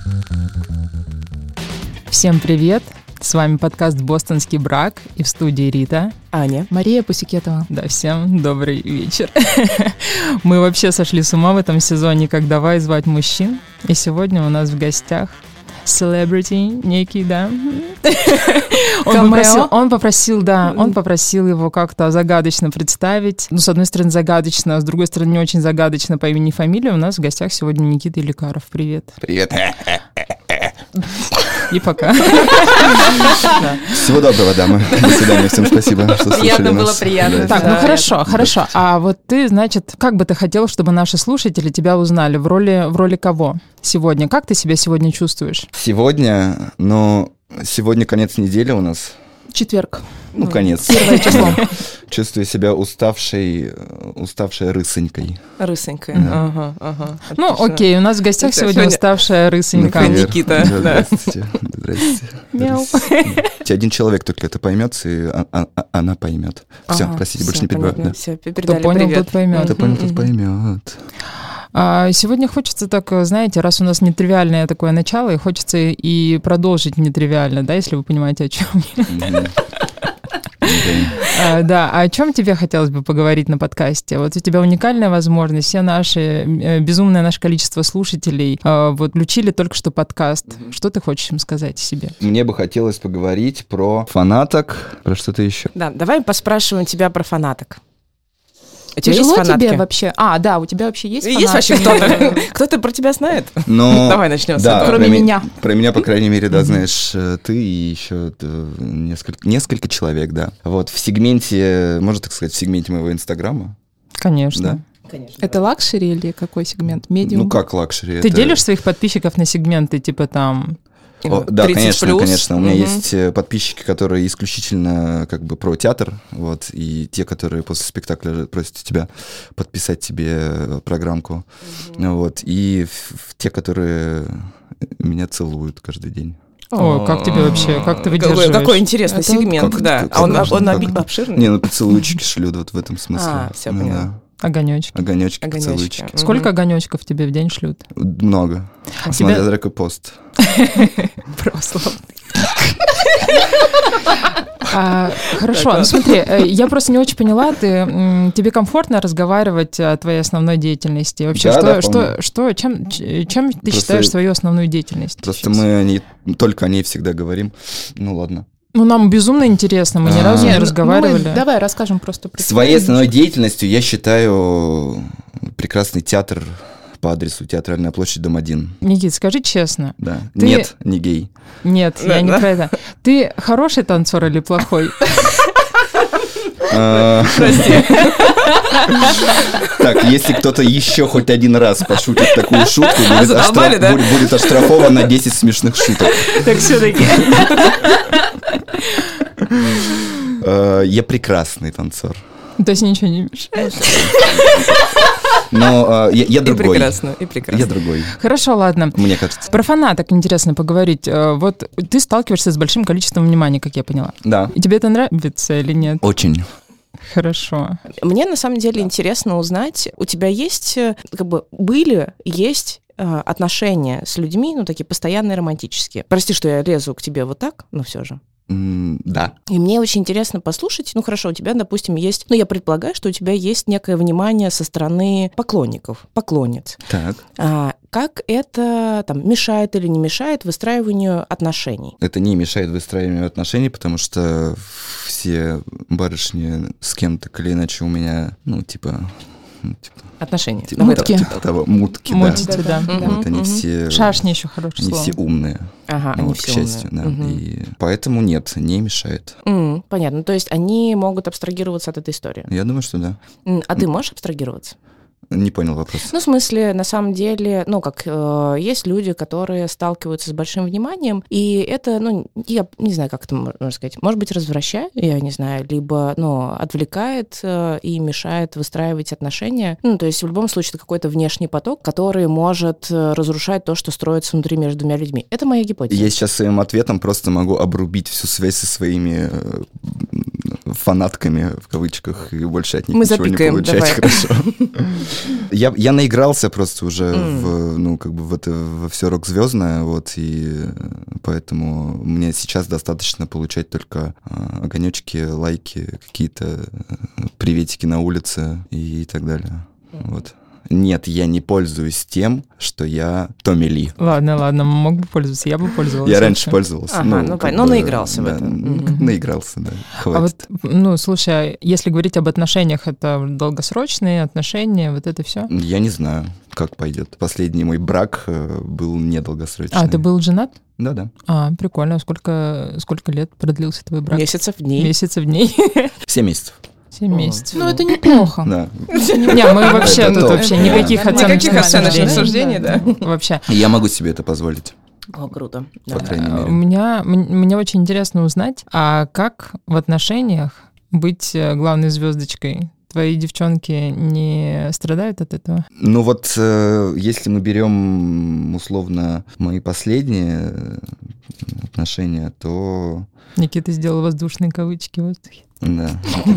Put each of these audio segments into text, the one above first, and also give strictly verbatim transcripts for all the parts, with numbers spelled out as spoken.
Всем привет! С вами подкаст «Бостонский брак» и в студии Рита, Аня, Мария Пусикетова. Да, всем добрый вечер. Мы вообще сошли с ума в этом сезоне, как давай звать мужчин. И сегодня у нас в гостях celebrity некий, да. Он попросил, он попросил, да, он попросил его как-то загадочно представить. Ну, с одной стороны, загадочно, а с другой стороны, не очень загадочно по имени и фамилии. У нас в гостях сегодня Никита Лекаров. Привет. Привет. И пока. Всего доброго, дамы. До свидания. Всем спасибо, что слушали нас. Приятно было, приятно. Так, ну хорошо, хорошо. А вот ты, значит, как бы ты хотел, чтобы наши слушатели тебя узнали? В роли, в роли кого сегодня? Как ты себя сегодня чувствуешь? Сегодня, ну, сегодня конец недели у нас. Четверг. Ну, конец. Первое число. Чувствую себя уставшей, уставшей рысонькой. Рысонькой, Да. ага, ага. Ну, Отлично. окей, у нас в гостях Всё, сегодня сегодня- уставшая рысонька. Привет. Никита, Да, да. Здравствуйте. Здрасте. Мяу. Здрасте. Один человек только это поймет, и а- а- а- она поймет. Все, Ага, простите, всё, больше не перебиваю. понятно. Да. Всё, Кто передали понял, привет. тот поймет. Кто понял, тот Мгм. поймет. А, сегодня хочется так, знаете, раз у нас нетривиальное такое начало, и хочется и продолжить нетривиально, да, если вы понимаете, о чем я. Мгм. Окей. А, да, а о чем тебе хотелось бы поговорить на подкасте? Вот у тебя уникальная возможность, все наши, э, безумное наше количество слушателей э, вот включили только что подкаст. Что ты хочешь им сказать о себе? Мне бы хотелось поговорить про фанаток, про что-то еще. Да, давай поспрашиваем тебя про фанаток. У тебя есть Тяжело фанатки? тебе вообще? А, да, у тебя вообще есть Есть фанатки? вообще кто-то? Кто-то про тебя знает? Но, Давай начнем с да, этого. Кроме про ми- меня. Про меня, по крайней мере, да, знаешь, э, ты и еще э, несколько, несколько человек, да. Вот, в сегменте, можно так сказать, в сегменте моего Инстаграма. Конечно. Конечно. Это лакшери или какой сегмент? Медиум? Ну, как лакшери? Ты это- делишь своих подписчиков на сегменты, типа там... О, да, тридцать конечно, плюс. конечно. У меня Мгм. есть э, подписчики, которые исключительно как бы про театр, вот, и те, которые после спектакля просят тебя подписать тебе э, программку, вот, и в- в те, которые меня целуют каждый день. О, как тебе вообще, как ты Какой, выдерживаешь? какой интересный Это сегмент, как- да. как- А он, как- он как- оби- обширный? Не, ну поцелуйчики шлют вот в этом смысле. А, всё, Ну поняла. да. Огонечки. Огонечки, Огонечки. поцелуйчики. Мгм. Сколько огонечков тебе в день шлют? Много. А Смотря тебя- какой пост. Православный. А, Хорошо, Так, ну смотри, э, я просто не очень поняла, ты, м, тебе комфортно разговаривать о твоей основной деятельности? Вообще, Да, что, да, что, вполне. что, чем, ч- чем ты Просто- считаешь свою основную деятельность? Просто сейчас? мы о ней, только о ней всегда говорим. Ну ладно. Ну, нам безумно интересно, мы ни А. разу Не, не ну, разговаривали. ну, давай расскажем просто про Своей тебя. основной деятельностью я считаю прекрасный театр по адресу Театральная площадь, дом один. Никит, скажи честно. Да. Ты- Нет, не гей. Нет, Да, я не да. про это. Ты хороший танцор или плохой? А, Прости. Так, если кто-то еще хоть один раз пошутит такую шутку, будет, Задолбали, оштраф- да? будет- будет оштрафован на десять смешных шуток. Так все-таки. А, Я прекрасный танцор. То есть ничего не мешает. Но а, я я И другой. прекрасно, и прекрасно. Я другой, Хорошо, ладно. мне кажется. Про фанаток интересно поговорить. Э, Вот ты сталкиваешься с большим количеством внимания, как я поняла. Да. И тебе это нравится или нет? Очень. Хорошо. Мне на самом деле интересно узнать, у тебя есть, э, как бы, были, есть э, отношения с людьми, ну, такие постоянные романтические. Прости, что я лезу к тебе вот так, но все же. М, Да. И мне очень интересно послушать, ну, хорошо, у тебя, допустим, есть, ну, я предполагаю, что у тебя есть некое внимание со стороны поклонников, поклонниц. Так. А, как это, там, мешает или не мешает выстраиванию отношений? Это не мешает выстраиванию отношений, потому что все барышни с кем-то так или иначе у меня, ну, типа... ну, типа, Отношения. типа, Давай Мутки. типа того, мутки, да. Мутите, да. Да, да. Вот они Мгм. все... Шашни еще хорошее Не слово. все умные. Ага, Ну, они вот, все к счастью, умные. да. Мгм. И поэтому нет, не мешает. М, понятно, то есть они могут абстрагироваться от этой истории. Я думаю, что да. М, А ты можешь абстрагироваться? Не понял вопрос. Ну, в смысле, на самом деле, ну, как э, есть люди, которые сталкиваются с большим вниманием, и это, ну, я не знаю, как это можно сказать, может быть, развращает, я не знаю, либо, ну, отвлекает э, и мешает выстраивать отношения. Ну, то есть, в любом случае, это какой-то внешний поток, который может э, разрушать то, что строится внутри между двумя людьми. Это моя гипотеза. Я сейчас своим ответом просто могу обрубить всю связь со своими э, фанатками, в кавычках, и больше от них Мы ничего запикаем, не получать. давай. Хорошо. Я, я наигрался просто уже Mm. в, ну, как бы в это, во все рок-звездное, вот, и поэтому мне сейчас достаточно получать только а, огонечки, лайки, какие-то приветики на улице и так далее. Вот. Нет, я не пользуюсь тем, что я Томми Ли. Ладно, ладно, мог бы пользоваться, я бы пользовалась. Я раньше вообще. пользовался. Ага, ну, как понятно. Ну, бы, наигрался в да, это. ну, Мгм. Наигрался, да. А Хватит. вот, ну, слушай, а если говорить об отношениях, это долгосрочные отношения, вот это все? Я не знаю, как пойдет. Последний мой брак э, был недолгосрочный. А, ты был женат? Да-да. А, прикольно. Сколько, сколько лет продлился твой брак? Месяцев, дней. Месяцев, дней? Семь месяцев. Семь О. месяцев. Ну, это неплохо. Да. Не, мы вообще Это тут топ. вообще Да. никаких оценочных Никаких оценочных суждений. суждений, да. Вообще. Я могу себе это позволить, О, круто. по Да. крайней У мере. меня, м- мне очень интересно узнать, а как в отношениях быть э, главной звездочкой? Твои девчонки не страдают от этого? Ну вот, э, если мы берем условно мои последние э, отношения, то... Никита сделал воздушные кавычки в воздухе. Да.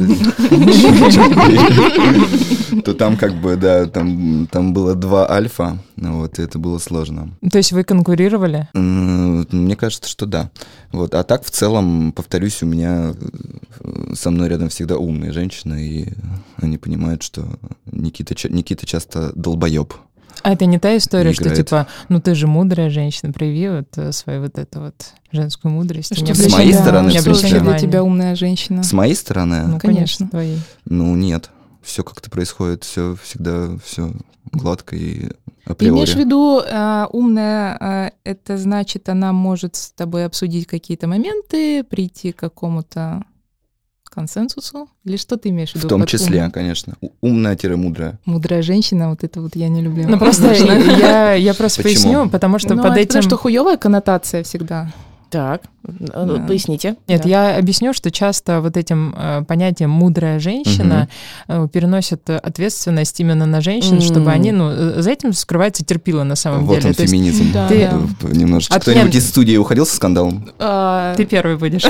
То там как бы, да, там, там было два альфа, вот, и это было сложно. То есть вы конкурировали? М, Мне кажется, что да. Вот. А так, в целом, повторюсь, у меня э, со мной рядом всегда умные женщины, и они понимают, что Никита, ча- Никита часто долбоеб. А это не та история, что Играет. типа, ну ты же мудрая женщина, прояви вот э, свою вот эту вот женскую мудрость. и Что не для С моей тебя- стороны, не в что смысле? обращай для внимания. тебя умная женщина? С моей стороны, Ну, Ну, конечно, конечно. твоей. ну нет. Все как-то происходит, все всегда все гладко и Ты априори. имеешь в виду, э, умная, э, это значит, она может с тобой обсудить какие-то моменты, прийти к какому-то консенсусу? Или что ты имеешь в виду? В том под числе, умной? конечно. У- Умная-мудрая. Мудрая женщина, вот это вот я не люблю. Ну просто я, я просто Почему? поясню, потому что Ну, под это этим... потому что хуевая коннотация всегда. Так, ну, Да. поясните. Нет, Да. я объясню, что часто вот этим э, понятием «мудрая женщина» э, переносят э, ответственность именно на женщин, М. чтобы они, ну, э, за этим скрывается терпило на самом Вот деле. он, То есть феминизм. Да, ты- да. Немножечко. От Кто-нибудь мен- из студии уходил со скандалом? А, ты первый будешь.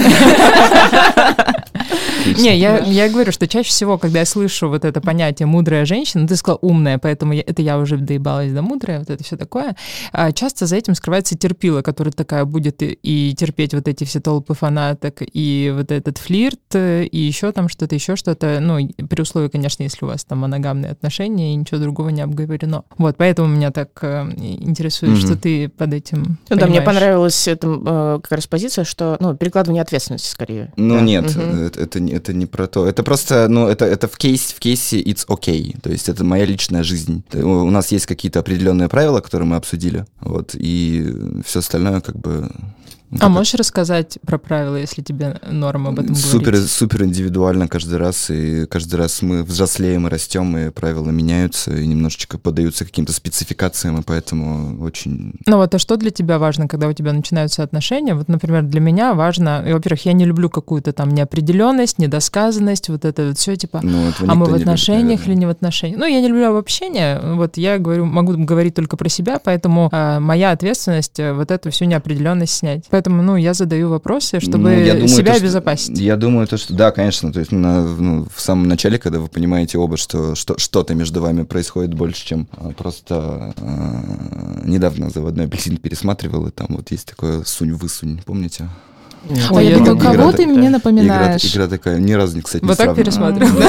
Не, я, я говорю, что чаще всего, когда я слышу вот это понятие «мудрая женщина», ты сказал «умная», поэтому я- это я уже доебалась до «мудрая», вот это все такое, а часто за этим скрывается терпила, которая такая будет и, и терпеть вот эти все толпы фанаток, и вот этот флирт, э, и еще там что-то, еще что-то, ну, и при условии, конечно, если у вас там моногамные отношения, и ничего другого не обговорено. Вот, поэтому меня так э, интересует, Мгм. что ты под этим Ну да, мне понимаешь. понравилась эта э, как раз позиция, что, ну, перекладывание ответственности скорее. Ну Да. нет, Мгм. это, это, не- это не про то. Это просто, ну, это, это в кейсе, в кейсе it's okay. То есть это моя личная жизнь. У у нас есть какие-то определенные правила, которые мы обсудили. Вот, и все остальное как бы... ну, А как- можешь рассказать про правила, если тебе норм об этом Супер, говорить? супер индивидуально каждый раз, и каждый раз мы взрослеем и растем, и правила меняются, и немножечко поддаются каким-то спецификациям, и поэтому очень... Ну вот, а что для тебя важно, когда у тебя начинаются отношения? Вот, например, для меня важно, и, во-первых, я не люблю какую-то там неопределенность, недосказанность, вот это вот все типа, Ну, этого а мы никто в не любит, отношениях наверное. или не в отношениях? Ну, я не люблю обобщение, вот я говорю, могу говорить только про себя, поэтому а, моя ответственность э, вот эту всю неопределенность снять. Поэтому, ну, я задаю вопросы, чтобы Ну, я думаю, себя то, что- обезопасить. Я думаю, то, что да, конечно, то есть на- ну, в самом начале, когда вы понимаете оба, что, что что-то между вами происходит больше, чем а, просто а, недавно «Заводной апельсин» пересматривал, и там вот есть такое «сунь-высунь», помните? Нет. А Ой, я я думаю, думаю, кого игра ты такая- мне Игра, напоминаешь? игра такая, ни разу, не, кстати, не Вот так сравнивал. пересматриваю.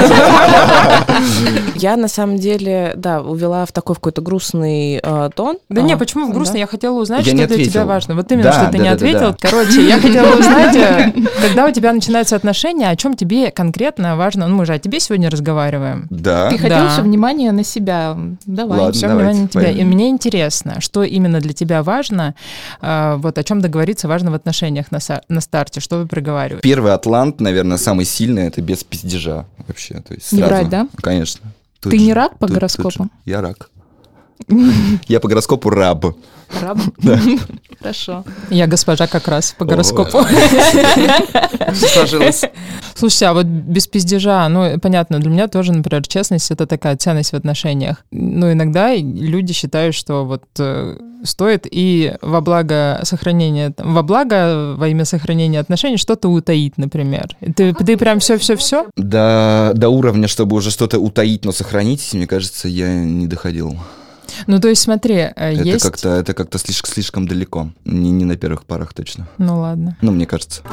Я на самом деле, да, увела в такой в какой-то грустный э, тон. Да А, не, почему в грустно? да. Я хотела узнать, Я что не для тебя ответил. важно. Вот именно, Да, что ты да, не да, да, ответил. да. Короче, я хотела узнать, э, когда у тебя начинаются отношения, о чем тебе конкретно важно. Ну, мы же о тебе сегодня разговариваем. Да. Ты хотел Да. все внимание на себя. Давай. Ладно. Все давайте, внимание на тебя. И поехали. мне интересно, что именно для тебя важно, э, вот о чем договориться важно в отношениях на, са- на старте, что вы проговариваете. Первый атлант, наверное, самый сильный, это без пиздежа вообще. То есть Не сразу. врать, да? Конечно. Тут Ты же, не рак по тут- тут гороскопу? же. Я рак. Я по гороскопу раб. Раб? Хорошо. Я госпожа как раз по гороскопу. Сложилось. Слушайте, а вот без пиздежа, ну, понятно, для меня тоже, например, честность — это такая ценность в отношениях. Но иногда люди считают, что вот э, стоит и во благо сохранения, там, во благо, во имя сохранения отношений что-то утаить, например. Ты, ты прям все-все-все? До, до уровня, чтобы уже что-то утаить, но сохранить, мне кажется, я не доходил. Ну, то есть, смотри, Это есть... как-то, это как-то слишком, слишком далеко. Не, не на первых парах точно. Ну, ладно. Ну, мне кажется.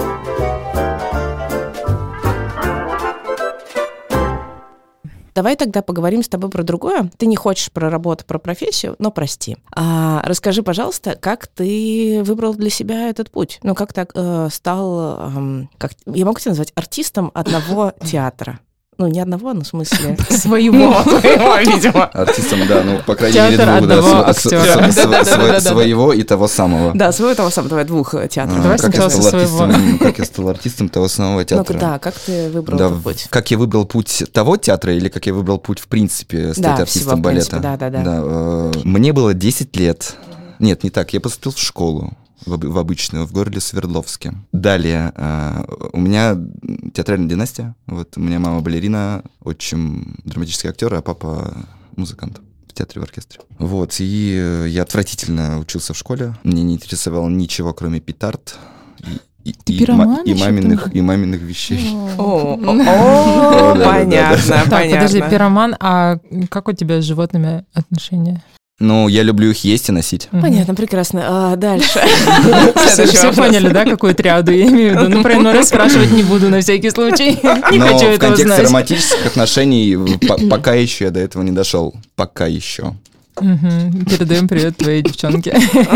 Давай тогда поговорим с тобой про другое. Ты не хочешь про работу, про профессию, но прости. А, расскажи, пожалуйста, как ты выбрал для себя этот путь? Ну, как так э, стал, э, как, я могу тебя назвать, артистом одного театра? Ну, не одного, но в смысле... Своего. Своего, видимо. Артистом, да, ну, по крайней Театр мере, двух, да, одного св- с- актера. с- св- св- своего и того самого. Да, своего того самого, давай, двух театров. А, Давай как, я сначала стал со своего. артистом, как я стал артистом того самого театра. Ну, да, как ты выбрал Да, этот путь? как я выбрал путь того театра или как я выбрал путь, в принципе, стать Да, артистом всего, в балета? принципе, да-да-да. э, Мне было десять лет. Нет, не так. Я поступил в школу, в, об- в обычную, в городе Свердловске. Далее, э, у меня театральная династия. Вот у меня мама балерина, отчим драматический актер, а папа музыкант в театре, в оркестре. Вот, и э, я отвратительно учился в школе. Мне не интересовало ничего, кроме петард и, и, Ты и, пироман ма- и ещё маминых, был? и маминых вещей. О, Да, о, да, да, понятно, Так, понятно. подожди, пироман, а как у тебя с животными отношения? Ну, я люблю их есть и носить. Мгм. Понятно, прекрасно. А, дальше. Все, Следующий все вопрос. поняли, да, какую триаду я имею в виду? Ну, про иной раз спрашивать не буду на всякий случай. Не Но хочу в этого контексте знать. романтических отношений по- пока еще я до этого не дошел. Пока еще. Мгм. Передаем привет твоей девчонке.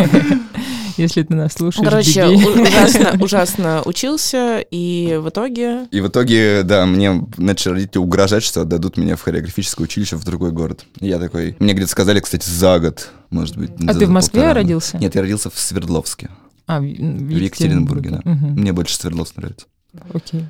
Если ты нас слушаешь, Короче, беги. у- ужасно, ужасно учился, и в итоге... И в итоге, да, мне начали родители угрожать, что отдадут меня в хореографическое училище в другой город. И я такой... Мне где-то сказали, кстати, за год, может быть. А за ты в Москве полтора. родился? Нет, я родился в Свердловске. А, в В Екатеринбурге, да. Мгм. Мне больше Свердловск нравится. Окей.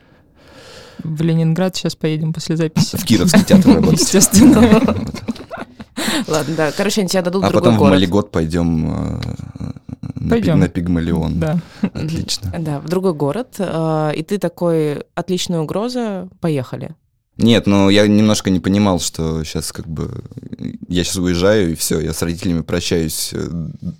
В Ленинград сейчас поедем после записи. В Кировский театр работать. Естественно. Вот. Ладно, да, короче, они тебя дадут в А другой потом в город. Малигот пойдем э, на, Пойдем. пиг- на Пигмалион. Да. Отлично. Да, в другой город, э, и ты такой, отличная угроза, поехали. Нет, ну я немножко не понимал, что сейчас как бы... Я сейчас уезжаю, и все, я с родителями прощаюсь э,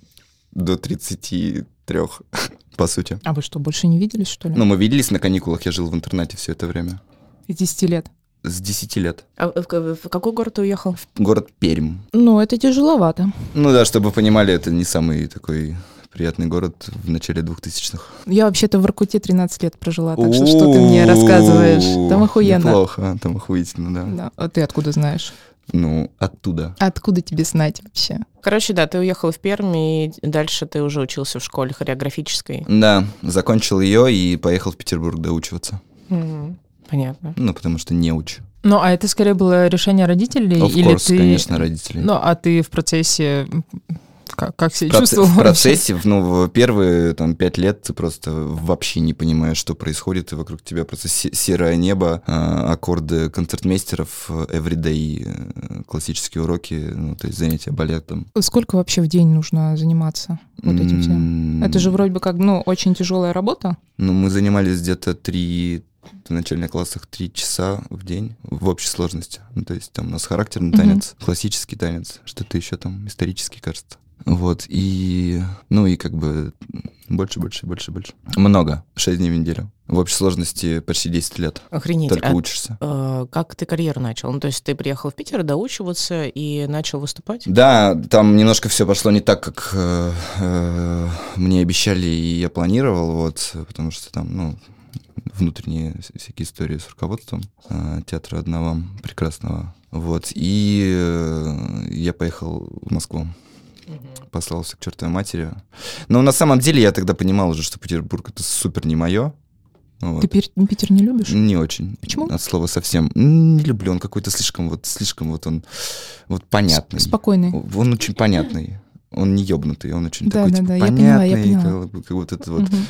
до тридцати трёх, по сути. А вы что, больше не виделись, что ли? Ну, мы виделись на каникулах, я жил в интернате все это время. С десяти лет. С десяти лет. А в, в- в какой город ты уехал? Город Пермь. Ну, это тяжеловато. Ну да, чтобы вы понимали, это не самый такой приятный город в начале двухтысячных. Я вообще-то в Воркуте тринадцать лет прожила, так что что ты мне рассказываешь? Там охуенно. Неплохо, там охуительно, да. Да. А ты откуда знаешь? Ну, оттуда. Откуда тебе знать вообще? Короче, да, ты уехал в Пермь, и дальше ты уже учился в школе хореографической. Да, закончил ее и поехал в Петербург доучиваться. Мгм. Понятно. Ну, потому что не учу. Ну, а это скорее было решение родителей? Of или course, ты... конечно, родителей. Ну, а ты в процессе как, как себя В проц- чувствовал? В процессе, в- ну, в первые там пять лет ты просто вообще не понимаешь, что происходит, и вокруг тебя просто се- серое небо, а, аккорды концертмейстеров, everyday, э, классические уроки, ну, то есть занятия балетом. Сколько вообще в день нужно заниматься вот этим всем? М, Это же вроде бы как, ну, очень тяжелая работа. Ну, мы занимались где-то три... В начальных классах три часа в день в общей сложности. Ну, то есть там у нас характерный Мгм. танец, классический танец, что-то еще там исторический, кажется. Вот, и, ну, и как бы больше, больше, больше, больше. Много, шесть дней в неделю. В общей сложности почти десять лет. Охренеть. Только А, учишься. э, как ты карьеру начал? Ну, то есть ты приехал в Питер доучиваться и начал выступать? Да, там немножко все пошло не так, как э, э, мне обещали и я планировал, вот, потому что там, ну, внутренние вс- всякие истории с руководством э, театра одного прекрасного. Вот, и э, я поехал в Москву. Послался к чертовой матери. Но на самом деле я тогда понимал уже, что Петербург — это супер не мое. Вот. Ты Пер- Питер не любишь? Не очень. Почему? От слова совсем. М, Не люблю. Он какой-то слишком вот, слишком вот он вот понятный. С- Спокойный. Он очень понятный. Он не ёбнутый, он очень Да, такой, да, типа, да, я понятный. поняла, я поняла. Как, бы, как вот это вот Мгм.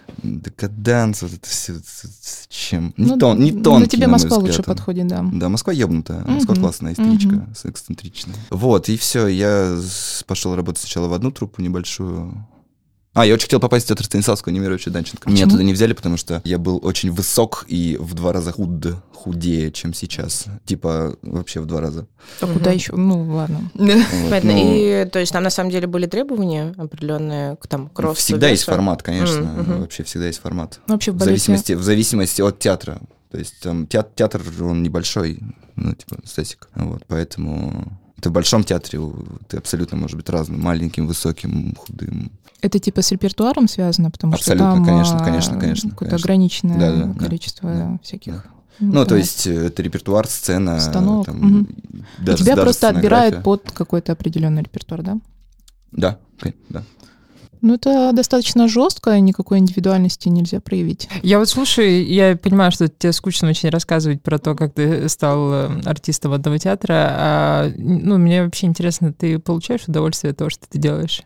декаданс, вот это все. Чем? Не, Ну, тон, не ну, тонкий, тебе на мой Москва взгляд, лучше он. подходит, да. Да, Москва ебнутая, Москва Мгм. классная истеричка, Мгм. с- эксцентричная. Вот, и все, я с- пошел работать сначала в одну труппу небольшую, А, я очень хотел попасть в театр Станиславского Немировича Данченко. Меня туда не взяли, потому что я был очень высок и в два раза худ, худее, чем сейчас. Типа вообще в два раза. А угу. Куда еще? Ну, ладно. Понятно. Ну, и то есть там на самом деле были требования определенные к там, к росту? Всегда есть формат, конечно. Mm-hmm. Вообще всегда есть формат. Вообще в, в, зависимости, в зависимости от театра. То есть там театр, театр он небольшой, ну, типа, статик. Вот, поэтому... Ты в большом театре, ты абсолютно может быть разным, маленьким, высоким, худым. Это типа с репертуаром связано, потому абсолютно, что там конечно, конечно, конечно, какое-то конечно. ограниченное да, да, количество да, всяких... Да. Ну, то есть это репертуар, сцена. Станок. Там, угу. даже, тебя даже просто отбирают под какой-то определенный репертуар, да? Да, да. Ну, это достаточно жестко, никакой индивидуальности нельзя проявить. Я вот слушаю, я понимаю, что тебе скучно очень рассказывать про то, как ты стал артистом одного театра. А, ну, мне вообще интересно, ты получаешь удовольствие от того, что ты делаешь?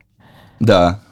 Да.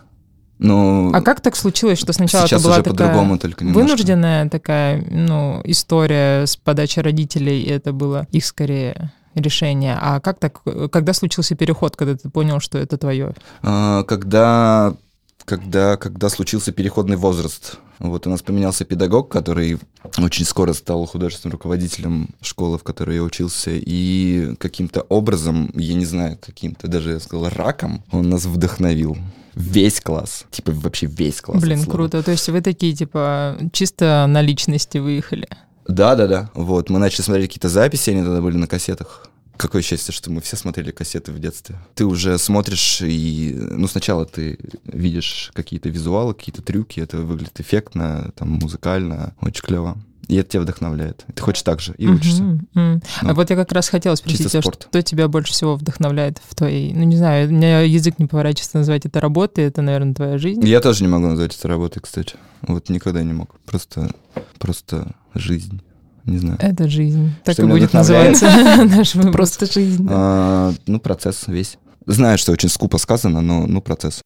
Ну, а как так случилось, что сначала это была такая только вынужденная такая, ну, история с подачи родителей, и это было их скорее решение. А как так, когда случился переход, когда ты понял, что это твое? А, когда... Когда, когда случился переходный возраст. Вот у нас поменялся педагог, который очень скоро стал художественным руководителем школы, в которой я учился, и каким-то образом, я не знаю, каким-то даже, я сказал, раком, он нас вдохновил. Весь класс. Типа вообще весь класс. Блин, круто. То есть вы такие, типа, чисто на личности выехали? Да-да-да. Вот, мы начали смотреть какие-то записи, они тогда были на кассетах. Какое счастье, что мы все смотрели кассеты в детстве. Ты уже смотришь и... Ну, сначала ты видишь какие-то визуалы, какие-то трюки, это выглядит эффектно, там, музыкально, очень клево. И это тебя вдохновляет. Ты хочешь так же и uh-huh, учишься. Uh-huh. Ну, а вот я как раз хотела спросить тебя, что тебя больше всего вдохновляет в твоей... Ну, не знаю, у меня язык не поворачивается назвать это работой, это, наверное, твоя жизнь. Я тоже не могу назвать это работой, кстати. Вот никогда не мог. Просто, просто жизнь. Не знаю. Это жизнь. Так что и будет называться наш выпуск. Просто жизнь. Да. А, ну, процесс весь. Знаю, что очень скупо сказано, но ну, процесс.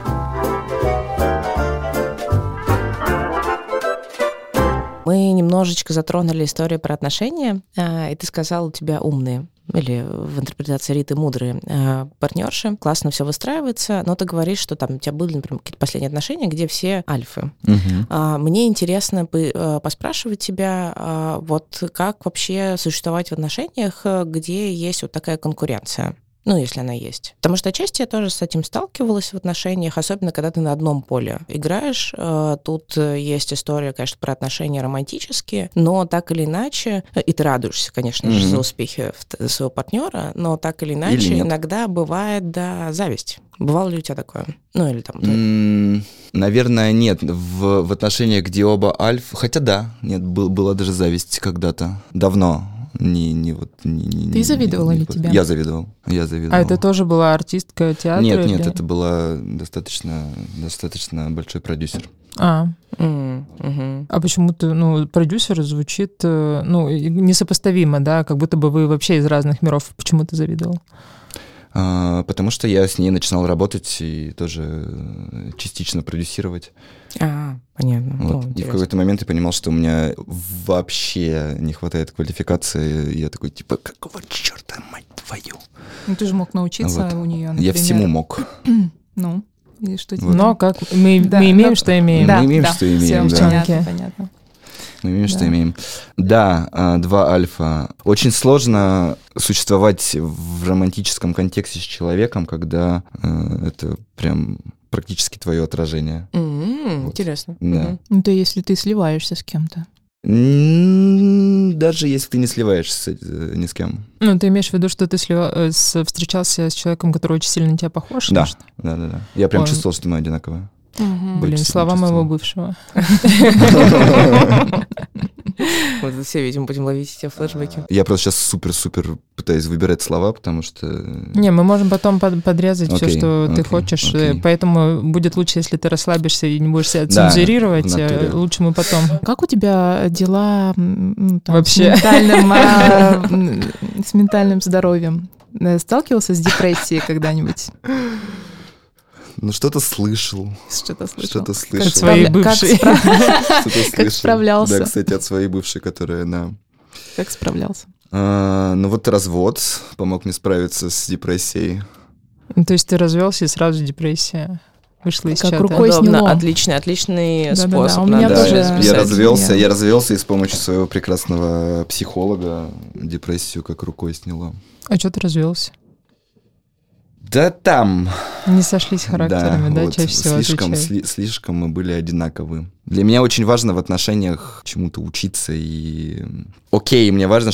Мы немножечко затронули историю про отношения, и ты сказал, у тебя умные, или в интерпретации Риты мудрые партнерши. Классно все выстраивается, но ты говоришь, что там у тебя были, например, какие-то последние отношения, где все альфы. Угу. Мне интересно поспрашивать тебя, вот как вообще существовать в отношениях, где есть вот такая конкуренция. Ну, если она есть. Потому что отчасти я тоже с этим сталкивалась в отношениях, особенно когда ты на одном поле играешь. Тут есть история, конечно, про отношения романтические, но так или иначе, и ты радуешься, конечно же, mm-hmm. за успехи своего партнера, но так или иначе или иногда бывает, да, зависть. Бывало ли у тебя такое? Ну, или там... Mm, наверное, нет. В, в отношениях, где оба альф... Хотя да, нет, был, была даже зависть когда-то. Давно. Не, не вот, не, не, Ты завидовала не, не, ли не, тебя? Я завидовал, я завидовал. А это тоже была артистка театра? Нет, нет, или... это была достаточно, достаточно большой продюсер. А, mm, mm-hmm. а почему-то, ну, продюсер звучит, ну, несопоставимо, да, как будто бы вы вообще из разных миров. Почему ты завидовал? А, потому что я с ней начинал работать и тоже частично продюсировать. А, понятно. Вот. О, и в какой-то момент я понимал, что у меня вообще не хватает квалификации. И я такой, типа, какого черта, мать твою? Ну, ты же мог научиться вот. у нее, например. Я всему мог. Ну, и что тебе? Вот. Но как мы, да, мы имеем, но... что имеем. Да, мы имеем, да, что имеем, все, да. Понятно, понятно. Мы имеем, да. что имеем. Да, два альфа. Очень сложно существовать в романтическом контексте с человеком, когда э, это прям практически твое отражение. Mm-hmm, вот. Интересно. Да. Mm-hmm. Ну, то если ты сливаешься с кем-то. Даже если ты не сливаешься ни с кем. Ну, ты имеешь в виду, что ты слива... встречался с человеком, который очень сильно на тебя похож? Да, да, да, да. Я прям Ой. чувствовал, что мы одинаковые. Угу. Блин, слова моего бывшего. Вот все, видимо, будем ловить эти флешбеки. Я просто сейчас супер-супер пытаюсь выбирать слова, потому что... Не, мы можем потом подрезать okay, все, что okay, ты хочешь. Okay. Поэтому будет лучше, если ты расслабишься и не будешь себя цензурировать. Да, лучше мы потом... Как у тебя дела ну, там, вообще с ментальным, а, с ментальным здоровьем? Сталкивался с депрессией когда-нибудь? Ну, что-то слышал. Что-то слышал. Что-то слышал. От своей бывшей. Как справлялся? Да, кстати, от своей бывшей, которая, да. Как справлялся? А, ну, вот развод помог мне справиться с депрессией. То есть ты развелся и сразу депрессия? вышла из Как чата. рукой Удобно, сняло. отличный, отличный Да-да-да, способ. у меня надо Да, тоже я записать. развелся, я- я развелся и с помощью своего прекрасного психолога депрессию как рукой сняло. А что ты развелся? Да там. Не сошлись характерами, да, вот, чаще всего слишком, отвечаю. сли- слишком мы были одинаковы. Для меня очень важно в отношениях чему-то учиться и... Окей, мне важно,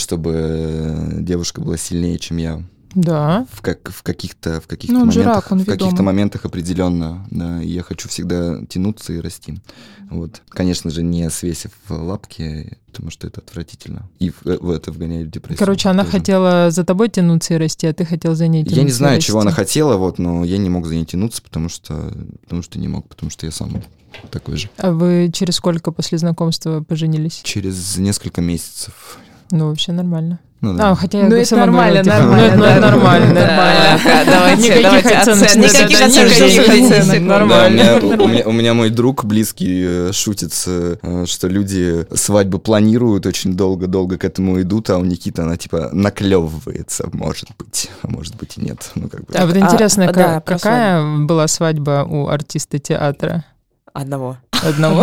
чтобы девушка была сильнее, чем я. Да. В, как, в каких-то, в каких-то Ну, он же моментах, рак, он в каких-то ведомый. моментах определенно, да, и я хочу всегда тянуться и расти. Вот. Конечно же, не свесив лапки, потому что это отвратительно. И в, в это вгоняет в депрессию. Короче, она тоже. хотела за тобой тянуться и расти, а ты хотел за ней тянуться Я не знаю, и расти. чего она хотела, вот, но я не мог за ней тянуться, потому что, потому что не мог, потому что я сам такой же. А вы через сколько после знакомства поженились? Через несколько месяцев. Ну, вообще нормально. Ну, да. А, хотя Ну, я это сама нормально, говорила, типа, нормально, ну, это да. нормально, Да, нормально. да, Давайте, Никаких давайте оценок, оценок. никаких Никаких оценок, оценок. никаких Секунду. оценок. Да, у, меня, Нормально. у, меня, у меня мой друг близкий э, шутит, э, что люди свадьбы планируют, очень долго-долго к этому идут, а у Никиты она типа наклевывается, может быть, а может быть и нет. Ну, как бы. А вот а, интересно, да, ка- про какая была свадьба у артиста театра? Одного. Одного.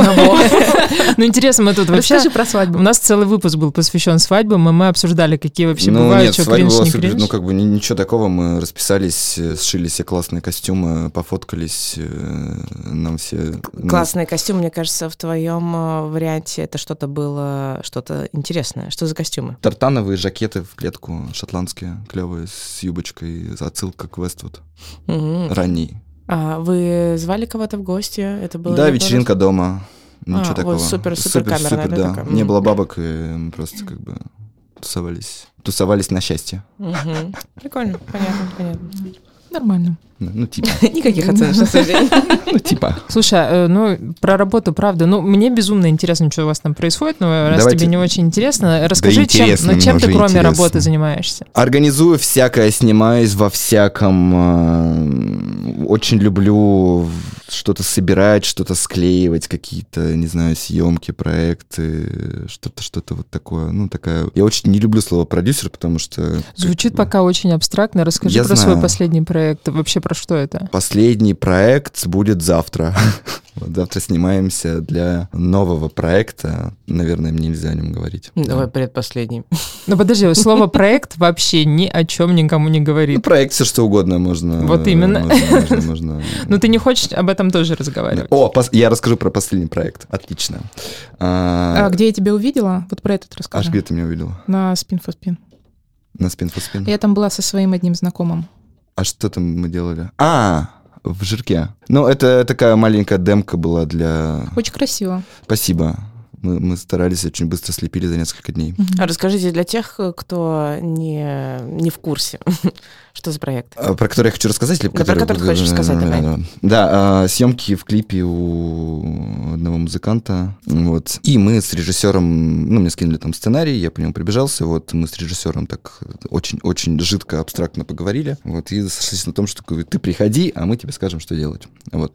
Ну, интересно, мы тут вообще... Расскажи про свадьбу. У нас целый выпуск был посвящен свадьбам, и мы обсуждали, какие вообще Ну, бывают, нет, что свадьба кринж, была не супер, кринж. ну, как бы ни- ничего такого, мы расписались, э, сшили все классные костюмы, пофоткались, э, нам все... ну, Классный костюм, мне кажется, в твоем э, варианте это что-то было, что-то интересное. Что за костюмы? Тартановые жакеты в клетку, шотландские, клевые, с юбочкой, отсылка к Вествуд, Мгм. ранний. А вы звали кого-то в гости? Это было Да, не вечеринка дома. Ничего А, вот такого. супер- супер камерная, супер, да, да. такая? Не Мгм. было бабок, и мы просто как бы тусовались. Тусовались на счастье. Мгм. Прикольно, понятно, понятно. Нормально. Ну, ну, типа. Никаких оценочных суждений. Ну, типа. Слушай, э, ну, про работу, правда, ну, мне безумно интересно, что у вас там происходит, но раз Давайте- тебе не очень интересно, расскажи, чем, интересно, ну, чем мне ты уже кроме интересно. работы занимаешься? Организую всякое, снимаюсь во всяком. э, Очень люблю что-то собирать, что-то склеивать, какие-то, не знаю, съемки, проекты, что-то, что-то вот такое. Ну, такая... Я очень не люблю слово продюсер, потому что... Звучит как бы, пока очень абстрактно. Расскажи Я про знаю. свой последний проект. Вообще про что это? Последний проект будет завтра. Вот завтра снимаемся для нового проекта. Наверное, мне нельзя о нем говорить. Давай предпоследний. Ну подожди, слово проект вообще ни о чем никому не Ну, говорит. проект все что угодно можно. Вот именно. Можно, можно, можно. Ну ты не хочешь об этом тоже разговаривать? О, пос- я расскажу про последний проект. Отлично. А А, где я тебя увидела? Вот про этот Аж расскажи. где ты меня увидела? На Spin for Spin. На спин по спин. Я там была со своим одним знакомым. А что там мы делали? А, в жирке. Ну, это такая маленькая демка была для... Очень красиво. Спасибо. Мы, мы старались, очень быстро слепили за несколько дней. А расскажите для тех, кто не, не в курсе, что за проект. А, Про который я хочу рассказать? Или Да, про который ты хочешь сказать, давай. Да, а, съемки в клипе у одного музыканта. Вот. И мы с режиссером, ну, мне скинули там сценарий, я по нему прибежался. Вот мы с режиссером так очень-очень жидко, абстрактно поговорили. Вот. И сошлись на том, что ты приходи, а мы тебе скажем, что делать. Вот.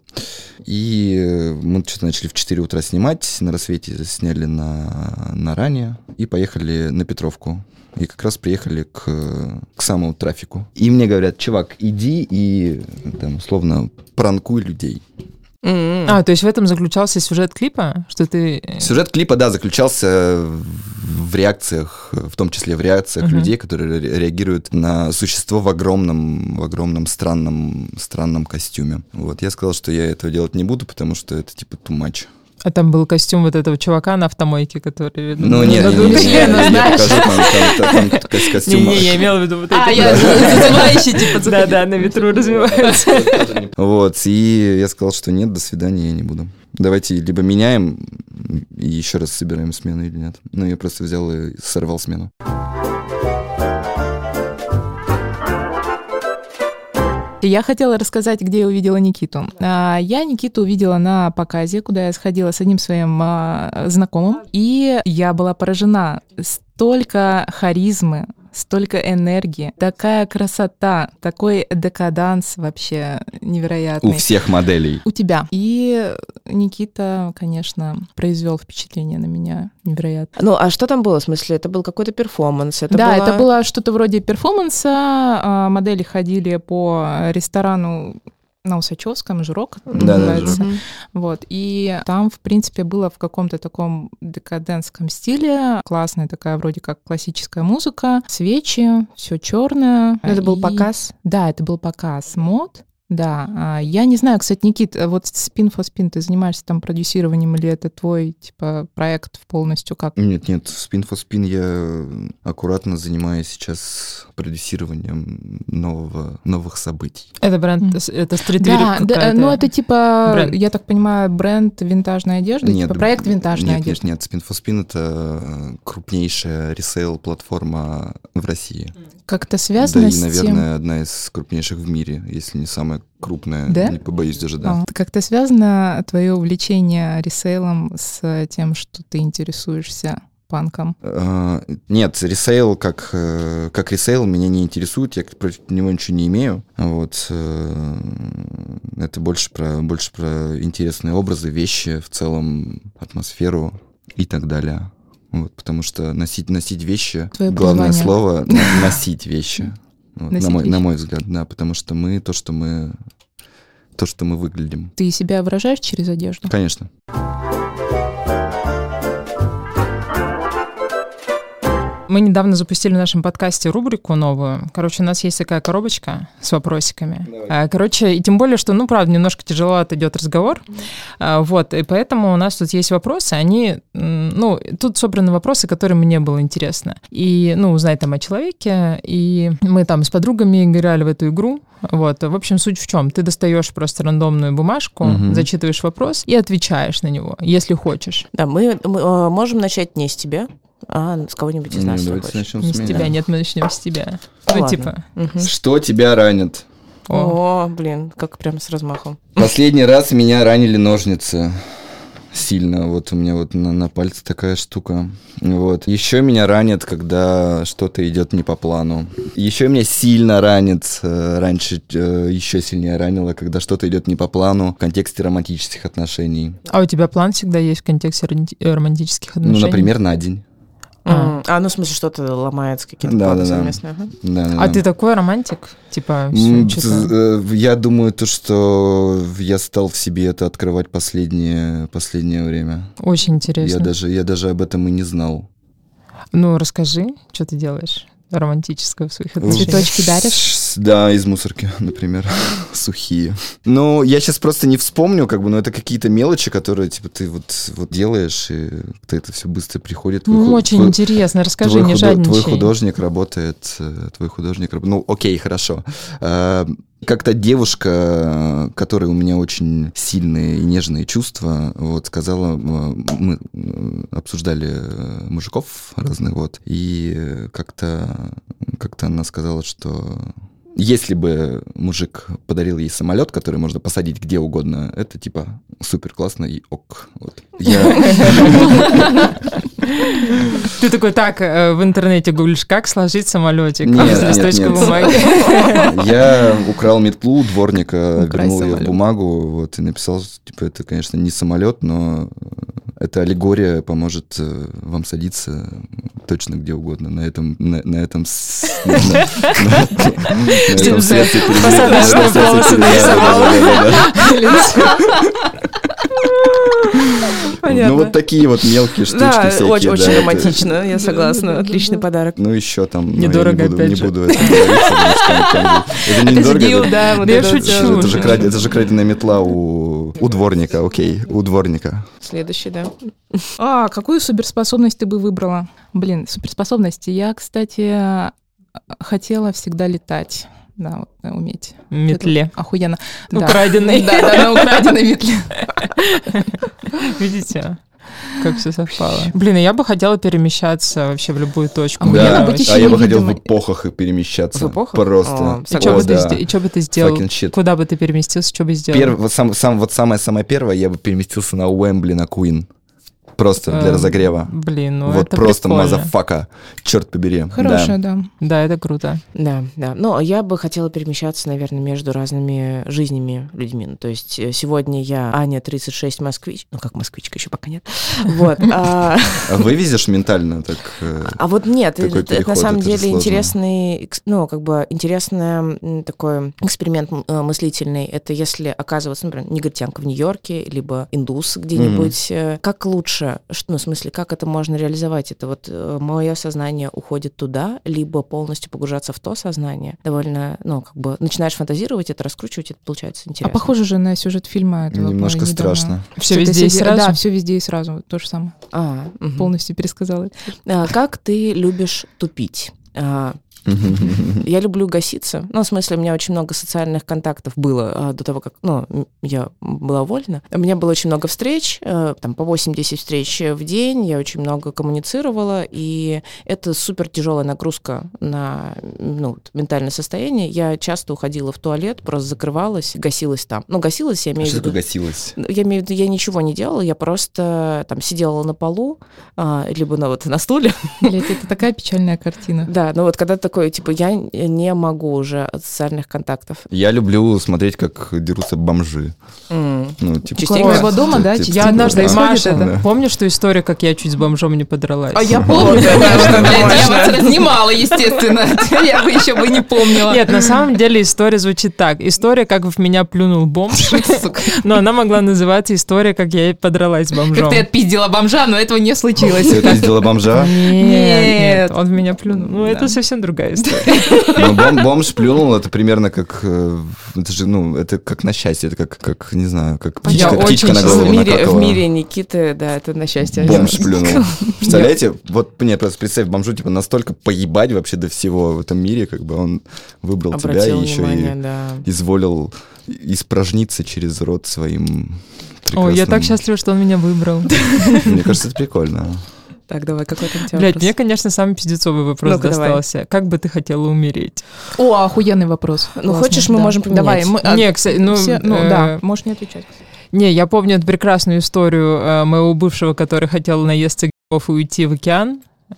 И мы что-то начали в четыре утра снимать. На рассвете сняли на, на Ране и поехали на Петровку. И как раз приехали к, к самому трафику. И мне говорят, чувак, иди и, там, условно, пранкуй людей. М-м. А, то есть в этом заключался сюжет клипа? Что ты... Сюжет клипа, да, заключался в реакциях, в том числе в реакциях Мгм. людей, которые ре- реагируют на существо в огромном, в огромном странном, странном костюме. Вот, я сказал, что я этого делать не буду, потому что это типа too much. А там был костюм вот этого чувака на автомойке, который... Ну, нет, на не, двух не, не, членов, я знаешь? покажу, там, там, там, там кос- костюм. Не-не, я имела в виду вот А, эти... я затевающий, типа, Да-да, на ветру развиваются. Вот, и я сказал, что нет, до свидания, я не буду. Давайте либо меняем и еще раз собираем смену или нет. Ну, я просто взял и сорвал смену. Я хотела рассказать, где я увидела Никиту. А, Я Никиту увидела на показе, куда я сходила с одним своим а, знакомым, и я была поражена. Столько харизмы, столько энергии, такая красота, такой декаданс вообще невероятный. У всех моделей. У тебя. И Никита, конечно, произвел впечатление на меня невероятно. Ну, а что там было? В смысле, это был какой-то перформанс? Это да, было- это было что-то вроде перформанса. а, Модели ходили по ресторану на Усачевском, Жирок Да, называется. да, Мгм. Вот. И там, в принципе, было в каком-то таком декадентском стиле. Классная такая вроде как классическая музыка, свечи, все черное. Это был И- показ? Да, это был показ мод. Да, А, я не знаю, кстати, Никит, а вот Spin for Spin, ты занимаешься там продюсированием или это твой, типа, проект полностью как? Нет, нет, Spin for Spin я аккуратно занимаюсь сейчас продюсированием нового, новых событий. Это бренд, Мгм. это стритвир Да, да, какая-то. ну это типа, бренд. я так понимаю, бренд винтажной одежды, Нет, типа проект винтажной нет, одежды. Нет, нет, Spin for Spin — это крупнейшая ресейл-платформа в России. Как-то связано Да и, с наверное, тем... одна из крупнейших в мире, если не самая крупная, Да? не побоюсь даже, да. А, Как-то связано твое увлечение ресейлом с тем, что ты интересуешься панком? А, Нет, ресейл как, э, как ресейл меня не интересует, я против него ничего не имею. Вот. э, Это больше про, больше про интересные образы, вещи, в целом атмосферу и так далее. Вот, потому что носить, носить вещи, Твое главное призвание. слово — на- носить вещи. Вот, Носить на, мой, на вещи. мой взгляд, да, потому что мы то, что мы, то, что мы выглядим. Ты себя выражаешь через одежду? Конечно. Мы недавно запустили в нашем подкасте рубрику новую. Короче, у нас есть такая коробочка с вопросиками. А, Короче, и тем более, что, ну, правда, немножко тяжело отойдет разговор. А, Вот, и поэтому у нас тут есть вопросы. Они, м, ну, тут собраны вопросы, которые мне было интересно. И, ну, узнать там о человеке. И мы там с подругами играли в эту игру. Вот, в общем, суть в чем? Ты достаешь просто рандомную бумажку, Мгм. зачитываешь вопрос и отвечаешь на него, если хочешь. Да, мы, мы, э, можем начать не с тебя, а с кого-нибудь из Ну, нас. давайте если хочешь. начнем Не с с меня. тебя, нет, мы начнем с тебя. Ну Ну, ладно. типа, Мгм. Что тебя ранит? о, О, блин, как прям с размахом. Последний раз меня ранили ножницы сильно. Вот у меня вот на, на пальце такая штука. Вот. Еще меня ранит, когда что-то идет не по плану. Еще меня сильно ранит, э, раньше э, еще сильнее ранило, когда что-то идет не по плану в контексте романтических отношений. а у тебя план всегда есть в контексте романти- э, романтических отношений? Ну, например, на день. А. М, А, ну, в смысле, что-то ломается, какие-то Да, планы да, да. совместные. ага. Да, да, А да. ты такой романтик? Типа, М, всё, ц- чё-то- э, Я думаю, то, что я стал в себе это открывать последнее, последнее время. Очень Я интересно. даже, я даже об этом и не знал. Ну, расскажи, что ты делаешь романтическое в своих отношениях. Цветочки даришь? Ш- Да, из мусорки, например, сухие. Ну, я сейчас просто не вспомню, как бы, но это какие-то мелочи, которые, типа, ты вот, вот делаешь, и как-то это все быстро приходит. Твой Ну, ху- очень твой- интересно, расскажи, твой не худо- жадничай. Твой художник работает, э, твой художник работает. Ну, окей, хорошо. А, Как-то девушка, которой у меня очень сильные и нежные чувства, вот, сказала, э, мы э, обсуждали э, мужиков разных, вот, и э, как-то, как-то она сказала, что если бы мужик подарил ей самолет, который можно посадить где угодно, это типа супер классно и ок. Вот. Я- Ты такой, так, э, в интернете гуглишь, как сложить самолетик Нет, с нет, листочка нет. бумаги. Я украл метлу у дворника, Украсть вернул ее в самолет. бумагу, вот, и написал, типа, это, конечно, не самолет, но эта аллегория поможет э, вам садиться точно где угодно. На этом, на, на этом, с- на- на- на- на этом средстве передвижения. Посадочные На этом полосы средстве передвижения, да-да-да-да. Понятно. Ну, вот такие вот мелкие штучки Да, всякие. очень, да, очень это- романтично, я согласна. Отличный подарок. Ну, еще там... ну, я Недорого, не буду, опять не же. буду это говорить, потому что там- там- Это не Ты недорого, сидел, это- да, вот Да я это вот шучу. всё. Это же, уже. краде- это же краденая метла у, у дворника, окей, у дворника. Следующий, да. А, какую суперспособность ты бы выбрала? Блин, суперспособности. Я, кстати, хотела всегда летать. Да, вот, уметь. Метле. Это охуенно. Да. Украденной. Да, да, на украденной метле. Видите? Как все совпало. Блин, и я бы хотела перемещаться вообще в любую точку. Охуенно Да, быть еще а я бы хотел в невидимой. эпохах и перемещаться. В эпохах? Просто. О, И что О, бы, ты да. сде- и чё бы ты сделал? Fucking shit. Куда бы ты переместился, что бы сделал? Перв- вот, сам, сам, вот самое-самое первое, я бы переместился на Уэмбли, на Куин. Просто для Эм, разогрева. Блин, ну Вот это просто прикольно. мазафака. Черт побери. Хорошая, да. Да, это круто. Да, да. Но я бы хотела перемещаться, наверное, между разными жизнями людьми. Ну, то есть э, сегодня я Аня, тридцать шесть, москвич. Ну, как москвичка, еще пока нет. Вот. А А вывезешь ментально так? э, а вот нет, Такой это это на переход, самом это же деле сложно. интересный, экс- ну, как бы интересный м, такой эксперимент м, э, мыслительный. Это если оказываться, например, негритянка в Нью-Йорке, либо индус где-нибудь. э, Как лучше? Что, ну, в смысле, как это можно реализовать? Это вот мое сознание уходит туда, либо полностью погружаться в то сознание. Довольно, ну, как бы начинаешь фантазировать, это раскручивать, это получается А интересно. похоже же на сюжет фильма. этого Немножко недавно. страшно. Все Что-то везде и сиди- сразу. Да, все везде и сразу. То же самое. А, мгм. Полностью пересказала. А, Как ты любишь тупить? А, Я люблю гаситься. Ну, в смысле, у меня очень много социальных контактов было а, до того, как, ну, м, я была уволена. У меня было очень много встреч, э, там, по восемь-десять встреч в день, я очень много коммуницировала, и это супер тяжелая нагрузка на, ну, вот, ментальное состояние. Я часто уходила в туалет, просто закрывалась, гасилась там. Ну, гасилась, я А имею в что виду... такое гасилось? Я имею в виду, я ничего не делала, я просто там сидела на полу, а, либо на, вот, на стуле. Блять, это такая печальная картина. Да, ну вот когда такой, типа, я не могу уже от социальных контактов. Я люблю смотреть, как дерутся бомжи. М. Ну, типа, Частенько? У его дома, да? Типа, частенько Я однажды, происходит Маша, это? Да. помнишь ту историю, как я чуть с бомжом не подралась? А я помню, конечно, блядь, я вас разнимала, естественно. Я бы еще бы не помнила. Нет, на самом деле история звучит так. История, как в меня плюнул бомж, но она могла называться история, как я подралась с бомжом. Как ты отпиздила бомжа, но этого не случилось. Ты отпиздила бомжа? Нет, Нет. нет, он в меня плюнул. Ну, это Да. совсем другая история. Но бом- бомж плюнул, это примерно как... э, Это же, ну, это как на счастье, это как, как не знаю, как Я птичка, птичка очень на В голову мире, в накакала. мире Никиты, да, это на счастье. Бомж плюнул. Представляете? Вот мне просто представь, бомжу типа настолько поебать вообще до всего в этом мире, как бы он выбрал тебя Обратил и еще внимание, и да. изволил испражниться через рот своим Ой, я так прекрасным- счастлива, что он меня выбрал. Мне кажется, это прикольно. Так, давай, какой там у тебя Блядь, вопрос? мне, конечно, самый пиздецовый вопрос Ну-ка, давай. достался. Как бы ты хотела умереть? О, охуенный вопрос. Ну, Классный, хочешь, мы да. можем поменять? Давай, мы... а, Не, кстати, ну... все- ну э, да, можешь не отвечать. Не, я помню эту прекрасную историю э, моего бывшего, который хотел наесться грибов и уйти в океан.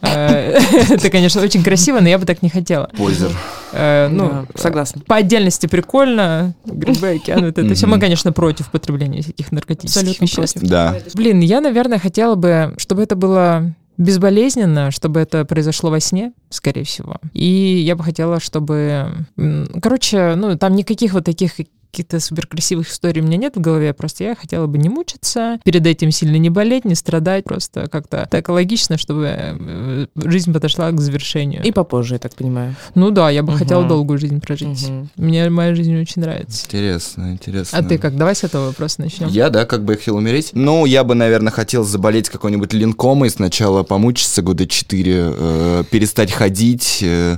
Э, Это, конечно, очень красиво, но я бы так не хотела. Позер. Э, Ну, Да, согласна. по отдельности прикольно, грибы, океан, вот это все. Мы, Мгм. конечно, против потребления всяких наркотических Абсолютно веществ. против. Да. Блин, я, наверное, хотела бы, чтобы это было безболезненно, чтобы это произошло во сне, скорее всего. И я бы хотела, чтобы... м, Короче, ну, там никаких вот таких каких-то суперкрасивых историй у меня нет в голове, просто я хотела бы не мучиться, перед этим сильно не болеть, не страдать, просто как-то так логично, чтобы э, жизнь подошла к завершению. И попозже, я так понимаю. Ну да, я бы Мгм. хотела долгую жизнь прожить. Мгм. Мне моя жизнь очень нравится. Интересно, интересно. А ты как? Давай с этого вопроса начнем. Я, да, как бы я хотел умереть. Ну, я бы, наверное, хотел заболеть какой-нибудь линкомой, сначала помучиться года четыре, э, перестать ходить, э,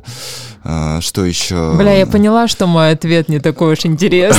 э, что еще? Бля, я поняла, что мой ответ не такой уж интересный.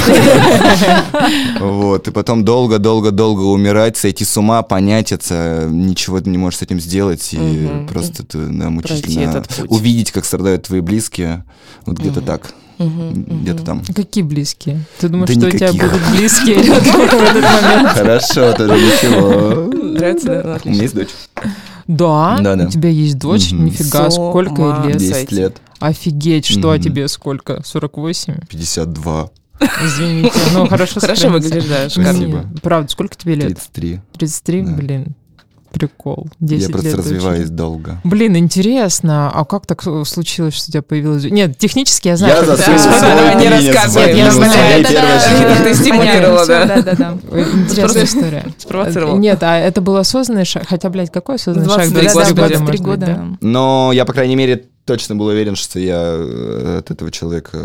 Вот, и потом долго-долго-долго умирать, сойти с ума, понять это, ничего ты не можешь с этим сделать, и Мгм. просто ты, да, Пройти мучительно этот путь. увидеть, как страдают твои близкие, вот где-то Мгм. так, Мгм. где-то Мгм. там. Какие близкие? Ты думаешь, Да что у тебя никаких. будут близкие в этот момент? Хорошо, тоже ничего. Нравится, да? Ну, У меня отлично. есть дочь, Да? Да-да. У тебя есть дочь? Мгм. Нифига, С ума сколько ей лет? сойти. десять лет, Офигеть, что Мгм. тебе сколько? сорок восемь? пятьдесят два, Извините, ну хорошо Хорошо сохранится. выглядишь, да, Не, шикарно. Спасибо. Правда, сколько тебе лет? тридцать три. тридцать три? Да. Блин, прикол. десять Я просто лет развиваюсь дочери. долго. Блин, интересно, а как так случилось, что у тебя появилась... Нет, технически я знаю, Я как это засунул происходит. свой не пенис в рассказывай, вагину я знаю. своей Да-да-да. первой Никита, жены. ты стимулировала, да? Да, да, да. Интересная Просто история. спровоцировала. Нет, а это был осознанный шаг. Хотя, блядь, какой осознанный шаг? двадцать три двадцать три года, года, двадцать может Три быть, да? года. Но я, по крайней мере, точно был уверен, что я э, от этого человека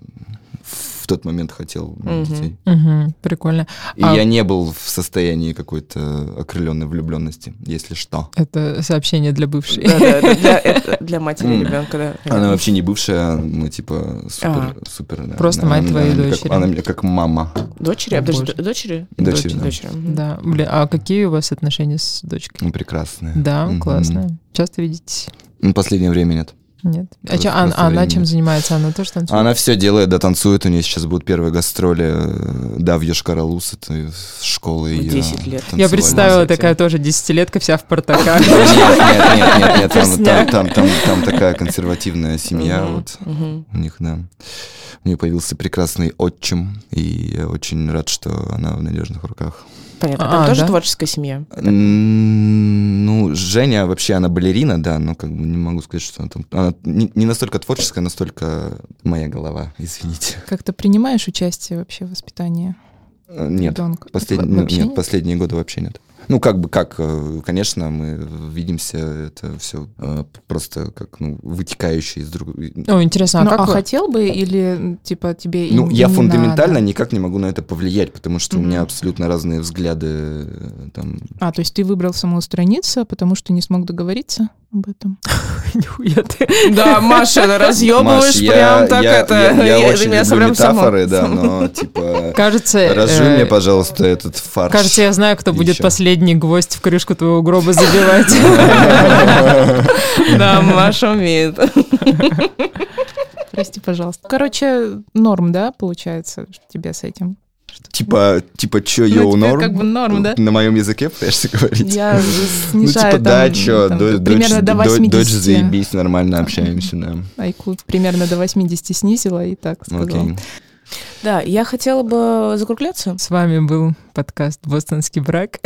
в тот момент хотел Мгм. детей. Мгм, прикольно. И А- я не был в состоянии какой-то окрыленной влюбленности, если что. Это сообщение для бывшей. Да, да, это для, это для матери М. ребенка, да. Она вообще не бывшая, мы типа супер, А. супер. Да. Просто Она- мать она- твоей она мне как- дочери. Она мне как мама. Дочери? О, А, подожди, боже. д- дочери? Дочери, да. Дочери. мгм. Да, блин, а какие у вас отношения с дочкой? Ну, прекрасная. Да, Мгм. классно. Часто видитесь? Ну, последнее время нет. Нет. А, чё, а, а она чем занимается? Она тоже танцует? Она все делает, да, танцует. У нее сейчас будут первые гастроли, да, в Йошкар-Олус, это школа ее. десять лет. Я представила, такая тоже десятилетка вся в портаках. Нет, нет, нет, там такая консервативная семья, вот у них, да. У нее появился прекрасный отчим, и я очень рад, что она в надежных руках. Понятно, там а, тоже да? творческая семья? Ну, Женя вообще, она балерина, да, но как бы не могу сказать, что она там... Она не, не настолько творческая, настолько моя голова, извините. Как ты принимаешь участие вообще в воспитании Нет, ребенка? послед... Вообще нет, нет? Последние годы вообще нет. Ну, как бы, как, конечно, мы видимся, это все просто как, ну, вытекающее из друг... О, интересно, а Ну, как а вы- хотел бы или, типа, тебе и- Ну, и я не фундаментально надо? никак не могу на это повлиять, потому что у меня Мгм. абсолютно разные взгляды, там... А, то есть ты выбрал самоустраниться, потому что не смог договориться об этом? Нихуя ты. Да, Маша, разъебываешь Маш, я- прям так я, это. Я, я ты очень меня люблю прям само- метафоры, да, но, типа... Кажется, Разжуй э, мне, пожалуйста, этот фарш. кажется, я знаю, кто будет Ещё. последний гвоздь в крышку твоего гроба забивать. Да, Маша умеет. Прости, пожалуйста. Короче, норм, да, получается, тебе с этим? Типа, типа, чё, Ну, йоу, тебе норм? как бы норм, да? На моем языке пытаешься говорить? Я Ну, снижаю типа, да, там, чё, там, до- примерно дочь, до до- дочь восьмидесяти. заебись, нормально общаемся, да. Айку примерно до восьмидесяти снизила и так сказала. Окей. Да, я хотела бы закругляться. С вами был подкаст «Бостонский брак».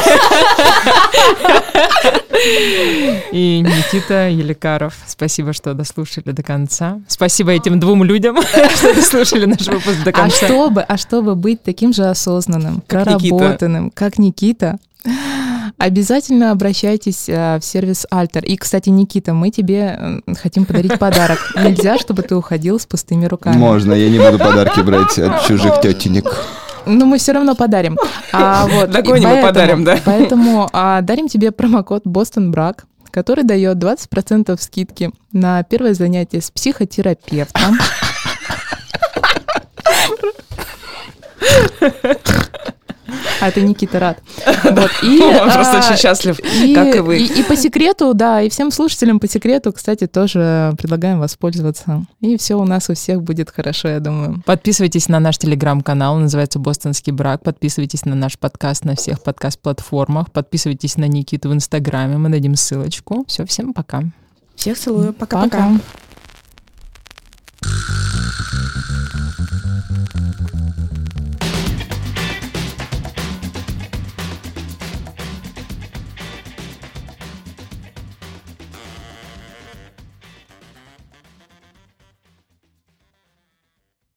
И Никита Еликаров. Спасибо, что дослушали до конца. Спасибо этим двум людям, что дослушали наш выпуск до А конца. чтобы, а чтобы быть таким же осознанным, Как Никита. проработанным, как Никита, обязательно обращайтесь а, в сервис Альтер. И, кстати, Никита, мы тебе м, хотим подарить подарок. Нельзя, чтобы ты уходил с пустыми руками. Можно, я не буду подарки брать от чужих тетенек. Но мы все равно подарим. А, вот, Догоним и поэтому- подарим, да. Поэтому а, дарим тебе промокод «Бостон Брак», который дает двадцать процентов скидки на первое занятие с психотерапевтом. А это Никита рад. Вот, и, Он просто а, очень счастлив, и- как и вы. И, и по секрету, да, и всем слушателям по секрету, кстати, тоже предлагаем воспользоваться. И все у нас у всех будет хорошо, я думаю. Подписывайтесь на наш телеграм-канал, называется «Бостонский брак». Подписывайтесь на наш подкаст на всех подкаст-платформах. Подписывайтесь на Никиту в Инстаграме, мы дадим ссылочку. Все, всем пока. Всех целую. Пока-пока. Пока.